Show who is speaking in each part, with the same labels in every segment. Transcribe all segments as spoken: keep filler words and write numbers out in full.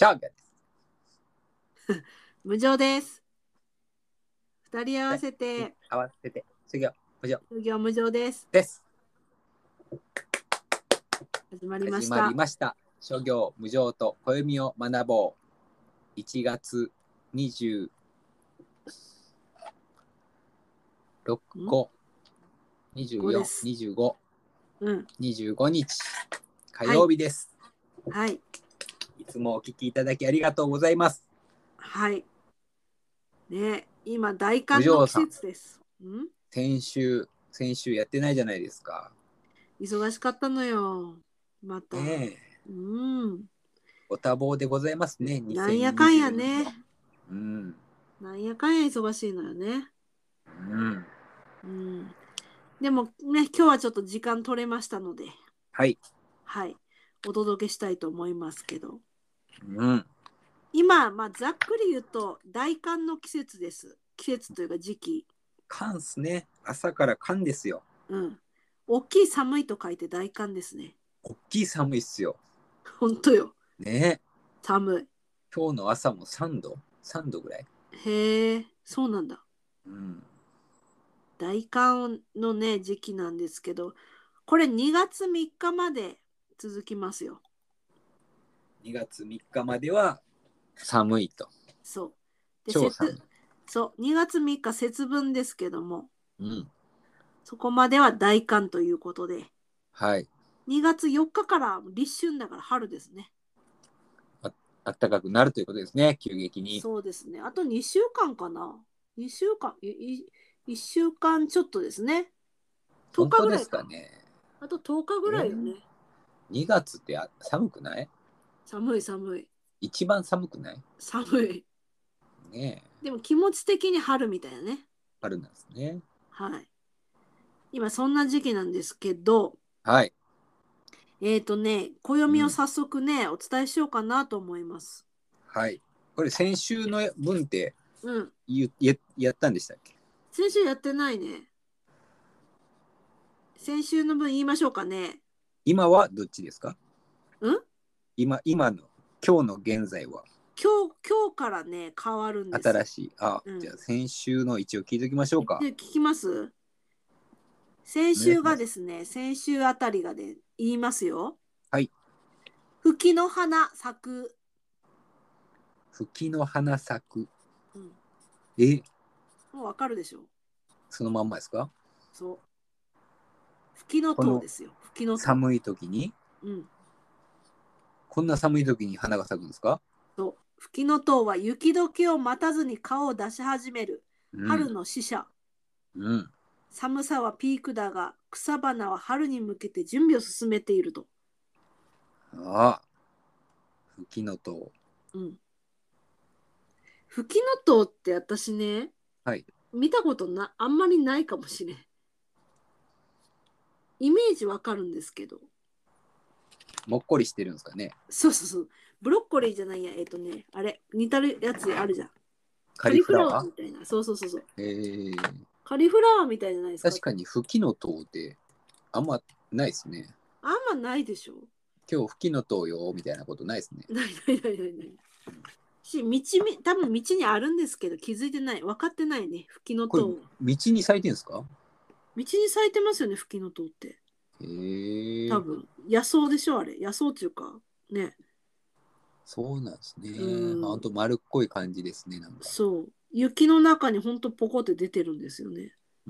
Speaker 1: シャーベです。
Speaker 2: 無常です。二人合わせて。
Speaker 1: 合わせて。修行無常。
Speaker 2: 修行無常です。
Speaker 1: です。
Speaker 2: 始まりました。
Speaker 1: 始まりました。諸行無常と暦を学ぼう。いちがつにじゅうろく、ご、にじゅうよん、にじゅうご、うん、にじゅうごにち火曜日です。
Speaker 2: はい。
Speaker 1: いつもお聞きいただきありがとうございます。
Speaker 2: はい。ね、今大寒の季節です。
Speaker 1: ん？先週先週やってないじゃないですか。
Speaker 2: 忙しかったのよ。また。
Speaker 1: ねえ。
Speaker 2: うん。
Speaker 1: ご多忙でございますね。
Speaker 2: なんやかんやね。
Speaker 1: うん。
Speaker 2: なんやかんや忙しいのよね。
Speaker 1: うん。
Speaker 2: うん。でもね、今日はちょっと時間取れましたので。
Speaker 1: はい。
Speaker 2: はい。お届けしたいと思いますけど。
Speaker 1: うん。
Speaker 2: 今、まあ、ざっくり言うと大寒の季節です。季節というか時期。
Speaker 1: 寒っすね。朝から寒ですよ。
Speaker 2: うん。大きい寒いと書いて大寒ですね。
Speaker 1: 大きい寒いっすよ。
Speaker 2: 本当よ。
Speaker 1: ねえ。
Speaker 2: 寒い。
Speaker 1: 今日の朝もさんど、さんどぐらい。
Speaker 2: へえ、そうなんだ。
Speaker 1: うん。
Speaker 2: 大寒のね、時期なんですけど、これにがつみっかまで続きますよ。
Speaker 1: にがつみっかまでは寒いと。
Speaker 2: そう。で、
Speaker 1: 超寒い。
Speaker 2: そう、にがつみっか節分ですけども、
Speaker 1: うん。
Speaker 2: そこまでは大寒ということで、
Speaker 1: はい。
Speaker 2: にがつよっかから立春だから春ですね。
Speaker 1: あったかくなるということですね、急激に。
Speaker 2: そうですね。あとにしゅうかんかな。にしゅうかん、いいっしゅうかんちょっとですね。とおかぐらいか。
Speaker 1: 本当ですかね。
Speaker 2: あととおかぐらいよね。えー、
Speaker 1: にがつって寒くない？
Speaker 2: 寒い寒い。
Speaker 1: 一番寒くない？
Speaker 2: 寒い。
Speaker 1: ねえ。
Speaker 2: でも気持ち的に春みたいなね。
Speaker 1: 春なんですね。
Speaker 2: はい。今そんな時期なんですけど、
Speaker 1: はい。
Speaker 2: えっ、ー、とね、暦を早速ね、うん、お伝えしようかなと思います。
Speaker 1: はい。これ先週の分って、
Speaker 2: うん、
Speaker 1: や, やったんでしたっけ？
Speaker 2: 先週やってないね。先週の分言いましょうかね。
Speaker 1: 今はどっちですか？
Speaker 2: うん
Speaker 1: 今、今の、今日の現在は。
Speaker 2: 今日、今日からね、変わるんです。
Speaker 1: 新しい。あ、うん、じゃあ先週の一応聞いておきましょうか。
Speaker 2: 聞きます？先週がですね、先週あたりがで、ね、言いますよ。
Speaker 1: はい。
Speaker 2: 吹の花咲く。
Speaker 1: 吹の花咲く。
Speaker 2: うん、
Speaker 1: え？
Speaker 2: もうわかるでしょ？
Speaker 1: そのまんまですか？
Speaker 2: そう。吹の塔ですよ。吹の塔。
Speaker 1: 寒い時に、
Speaker 2: うん。
Speaker 1: こんな寒い時に花が咲くんですか？
Speaker 2: そう。吹の塔は雪解けを待たずに顔を出し始める。うん、春の使者。
Speaker 1: うん。
Speaker 2: 寒さはピークだが、草花は春に向けて準備を進めていると。
Speaker 1: ああ。吹の塔。
Speaker 2: うん。吹の塔って私ね、
Speaker 1: はい、
Speaker 2: 見たことなあんまりないかもしれん。イメージわかるんですけど。
Speaker 1: もっこりしてるんですかね。
Speaker 2: そうそうそう。ブロッコリーじゃないや、えっ、ー、とね、あれ、似たるやつあるじゃん。
Speaker 1: カリフラワー
Speaker 2: みたいな。そうそうそうそう。
Speaker 1: えー、
Speaker 2: カリフラワーみたいじゃないですか。
Speaker 1: 確かに吹の塔ってあんまないですね。
Speaker 2: あんまないでしょ。
Speaker 1: 今日吹の塔よみたいなことないですね。
Speaker 2: ないないないないない。し、道み、多分道にあるんですけど気づいてない。分かってないね。吹の塔。
Speaker 1: これ道に咲いてるんですか？道
Speaker 2: に咲いてますよね、吹の塔って。
Speaker 1: へえ。
Speaker 2: 多分。野草でしょ、あれ。野草っていうか。ね。
Speaker 1: そうなんですね。ほんと丸っこい感じですね。なんか
Speaker 2: そう。雪の中にほんとポコって出てるんですよね。
Speaker 1: うん。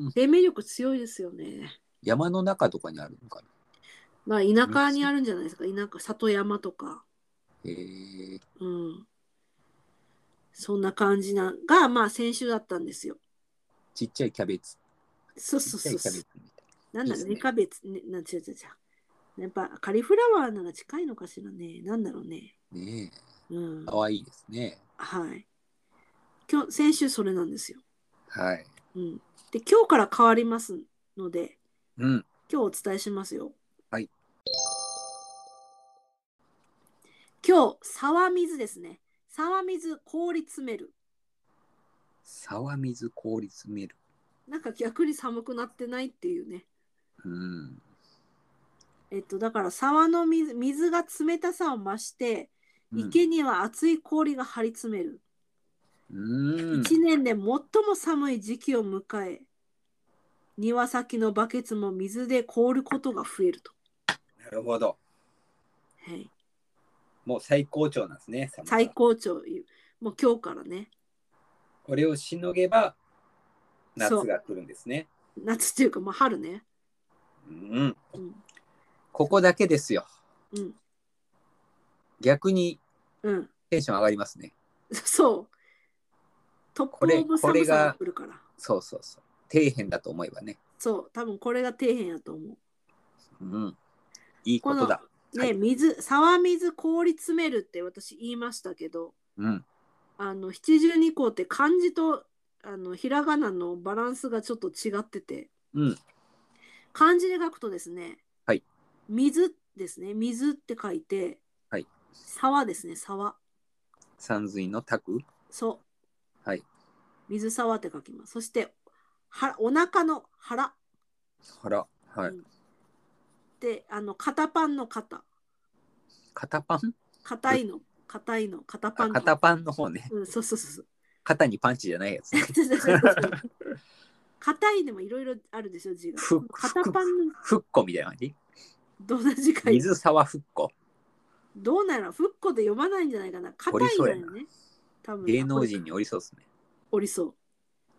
Speaker 2: 生命力強いですよね。
Speaker 1: 山の中とかにあるのかな。
Speaker 2: まあ田舎にあるんじゃないですか。田舎、里山とか。
Speaker 1: へえ。
Speaker 2: うん。そんな感じなが、まあ先週だったんですよ。
Speaker 1: ちっちゃいキャベツ。
Speaker 2: そうそうそう。
Speaker 1: ちっちゃいキャベツみたい
Speaker 2: な。なんだろうね、キャベツ、ね、なんちゃちゃちゃ。やっぱカリフラワーなら近いのかしらね。なんだろうね。
Speaker 1: ねえ。
Speaker 2: うん。
Speaker 1: かわいいですね。
Speaker 2: はい。今日、先週それなんですよ。
Speaker 1: はい。
Speaker 2: うん。で、今日から変わりますので、
Speaker 1: うん。
Speaker 2: 今日お伝えしますよ。
Speaker 1: はい。
Speaker 2: 今日、沢水ですね。沢水氷詰める。
Speaker 1: 沢水氷詰める。
Speaker 2: なんか逆に寒くなってないっていうね。
Speaker 1: うん。
Speaker 2: えっと、だから沢の水、水が冷たさを増して、 池には厚い氷が張り詰める。
Speaker 1: うん。
Speaker 2: 一年で最も寒い時期を迎え、庭先のバケツも水で凍ることが増えると。
Speaker 1: なるほど。
Speaker 2: はい、
Speaker 1: もう最高潮なんですね。
Speaker 2: 最高潮。もう今日からね。
Speaker 1: これをしのげば夏が来るんですね。
Speaker 2: 夏っていうか、まあ、春ね。
Speaker 1: うん。
Speaker 2: うん、
Speaker 1: ここだけですよ。
Speaker 2: うん、
Speaker 1: 逆に
Speaker 2: うん、
Speaker 1: テンション上がりますね。
Speaker 2: そう。トップオブ寒さが来るから。
Speaker 1: そうそうそう。底辺だと思えばね。
Speaker 2: そう、多分これが底辺やと思う。
Speaker 1: うん。いいことだ。
Speaker 2: ね、はい、水、沢水氷詰めるって私言いましたけど、
Speaker 1: うん、
Speaker 2: あの七十二項って漢字とあのひらがなのバランスがちょっと違ってて、
Speaker 1: うん、
Speaker 2: 漢字で書くとですね、
Speaker 1: はい、
Speaker 2: 水ですね、水って書いて、
Speaker 1: はい、
Speaker 2: 沢ですね、沢。
Speaker 1: 山水の卓。
Speaker 2: そう。
Speaker 1: はい。
Speaker 2: 水沢って書きます。そしてはお腹の腹。
Speaker 1: 腹。はい。うん、
Speaker 2: で、あの肩パンの肩。
Speaker 1: 肩パン？
Speaker 2: 硬いの、硬いの、肩パン。
Speaker 1: 肩パンの方ね。
Speaker 2: うん、そうそうそう。
Speaker 1: 肩にパンチじゃないやつ、ね。
Speaker 2: 硬いでもいろいろあるでしょ、字が。肩パンの。
Speaker 1: ふっこみたいな感じ？
Speaker 2: どんな字か。
Speaker 1: 水沢ふっこ。
Speaker 2: どうなの？ふっこで読まないんじゃないかな。硬いんだよね。
Speaker 1: 多分芸能人におりそうですね。
Speaker 2: おりそう。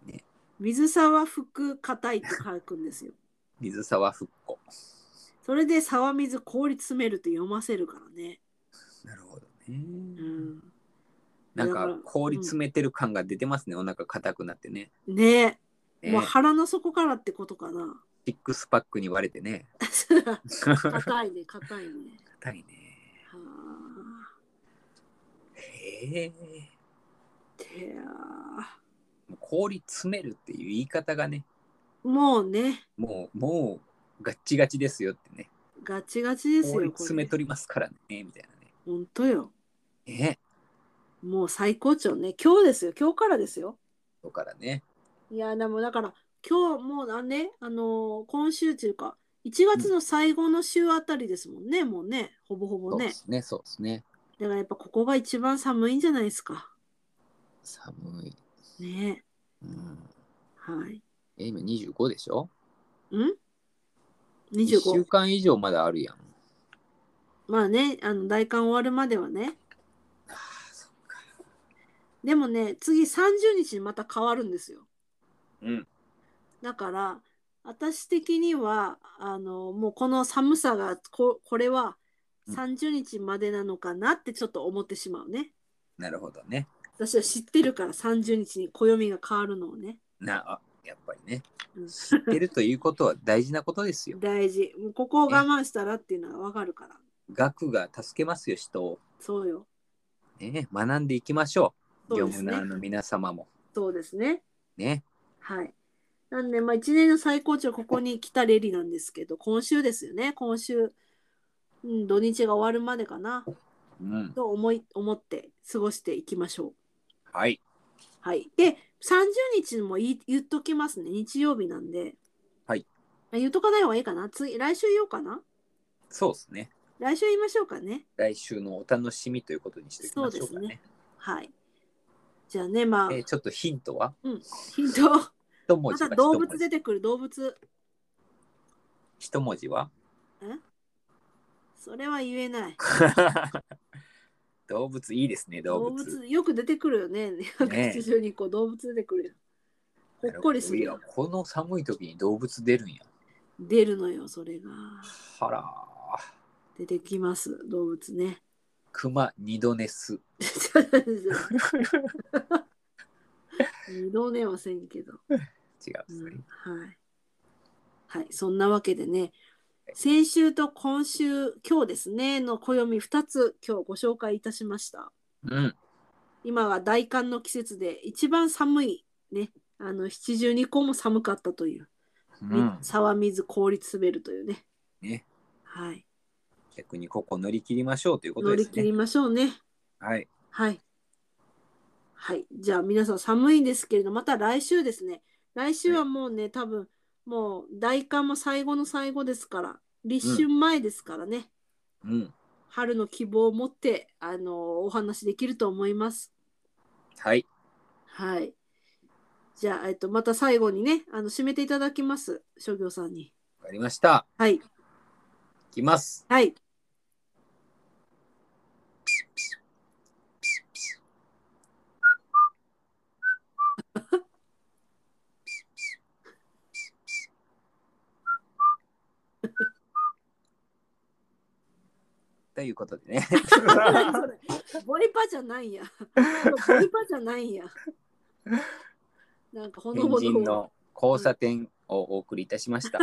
Speaker 2: ね、水沢福硬いって書くんですよ。
Speaker 1: 水沢ふっこ。
Speaker 2: それで沢水氷詰めるって読ませるからね。
Speaker 1: なるほどね。う
Speaker 2: ん、
Speaker 1: なんか氷詰めてる感が出てますね。うん、お腹硬くなってね。
Speaker 2: ねえ。もう腹の底からってことかな。
Speaker 1: シックスパックに割れてね。
Speaker 2: 硬いね、硬いね。
Speaker 1: 硬いね。はあ。へえ。てや氷詰めるっていう言い方がね。
Speaker 2: もうね。
Speaker 1: もう、もう、ガッチガチですよってね。
Speaker 2: ガチガチですよ。
Speaker 1: 氷詰めとりますからね、みたいなね。
Speaker 2: ほんとよ。
Speaker 1: え
Speaker 2: もう最高潮ね。今日ですよ。今日からですよ。
Speaker 1: 今日からね。
Speaker 2: いや、でもだから、今日もうね、あのー、今週というか、いちがつの最後の週あたりですもんね、うん、もうね、ほぼほぼね。そう
Speaker 1: ですね、そうですね。
Speaker 2: だからやっぱここが一番寒いんじゃないですか。
Speaker 1: 寒い。
Speaker 2: ね
Speaker 1: え。うん。
Speaker 2: はい。
Speaker 1: え、今にじゅうごでしょ？ん
Speaker 2: ?にじゅうご。
Speaker 1: いっしゅうかん以上まだあるやん。
Speaker 2: まあね、あの、大寒終わるまではね。ああ、そっか。でもね、次さんじゅうにちにまた変わるんですよ。
Speaker 1: うん。
Speaker 2: だから、私的には、あの、もうこの寒さが、こ、これはさんじゅうにちまでなのかなってちょっと思ってしまうね。
Speaker 1: うん、なるほどね。
Speaker 2: 私は知ってるからさんじゅうにちに暦が変わるのをね。
Speaker 1: なあ、やっぱりね。知ってるということは大事なことですよ。
Speaker 2: 大事。もうここを我慢したらっていうのがわかるから。
Speaker 1: 学が助けますよ、人を。
Speaker 2: そうよ。
Speaker 1: ね、学んでいきましょう。
Speaker 2: そうですね、
Speaker 1: 業務の皆様も。
Speaker 2: そうですね。
Speaker 1: ね。
Speaker 2: はい。なんで、まあ、いちねんの最高値はここに来たレリなんですけど、今週ですよね。今週、うん、土日が終わるまでかな。うん、と思い、思って過ごしていきましょう。
Speaker 1: はい。
Speaker 2: はい。で、さんじゅうにちも言言っときますね。日曜日なんで。
Speaker 1: はい。
Speaker 2: 言っとかない方がいいかな。次、来週言おうかな。
Speaker 1: そうですね。
Speaker 2: 来週言いましょうかね。
Speaker 1: 来週のお楽しみということにしておきましょうかね。そうですね。
Speaker 2: はい。じゃあね、まあ。
Speaker 1: えー、ちょっとヒントは？
Speaker 2: うん。ヒント。一文字はまた動物出てくる、動物。
Speaker 1: 一文字は？
Speaker 2: え？それは言えない。
Speaker 1: 動物いいですね、動物。
Speaker 2: 動物よく出てくるよね。地上にこう動物出てくるよ。ほっこりするよ。
Speaker 1: この寒い時に動物出るんや。
Speaker 2: 出るのよ、それが。
Speaker 1: はら。
Speaker 2: 出てきます、動物ね。
Speaker 1: 熊二度寝す。
Speaker 2: 二度寝はせんけど。
Speaker 1: 違う、うん、
Speaker 2: はい。はい、そんなわけでね、先週と今週、今日ですね、の暦ふたつ今日ご紹介いたしました。うん、今は大寒の季節で一番寒いね、あの七十二候も寒かったという、うん、沢水氷詰めるというね。ね。はい。
Speaker 1: 逆にここ乗り切りましょうということですね。
Speaker 2: 乗り切りましょうね。
Speaker 1: はい。
Speaker 2: はい。はい。じゃあ皆さん寒いんですけれど、また来週ですね。来週はもうね、はい、多分もう大寒も最後の最後ですから、立春前ですからね。
Speaker 1: うん。
Speaker 2: 春の希望を持ってあのお話できると思います。
Speaker 1: はい。
Speaker 2: はい。じゃあ、えっと、また最後にね、あの締めていただきます。諸行さんに。
Speaker 1: わかりました。
Speaker 2: はい。い
Speaker 1: きます。
Speaker 2: はい。
Speaker 1: ということでね。
Speaker 2: 何それ。ボイパじゃないんや。ボイパじゃないんや。なんかほのぼの。
Speaker 1: 変人の交差点をお送りいたしました。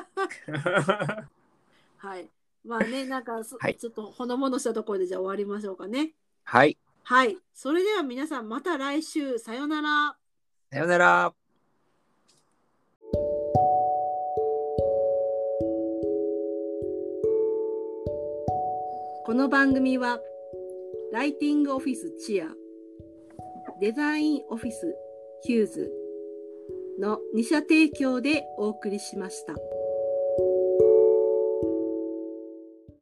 Speaker 2: はい。まあね、なんか、はい、ちょっとほのぼのしたところでじゃあ終わりましょうかね。
Speaker 1: はい。
Speaker 2: はい。それでは皆さんまた来週。さよなら。
Speaker 1: さよなら。
Speaker 2: この番組はライティングオフィスチア、デザインオフィスヒューズのに社提供でお送りしました。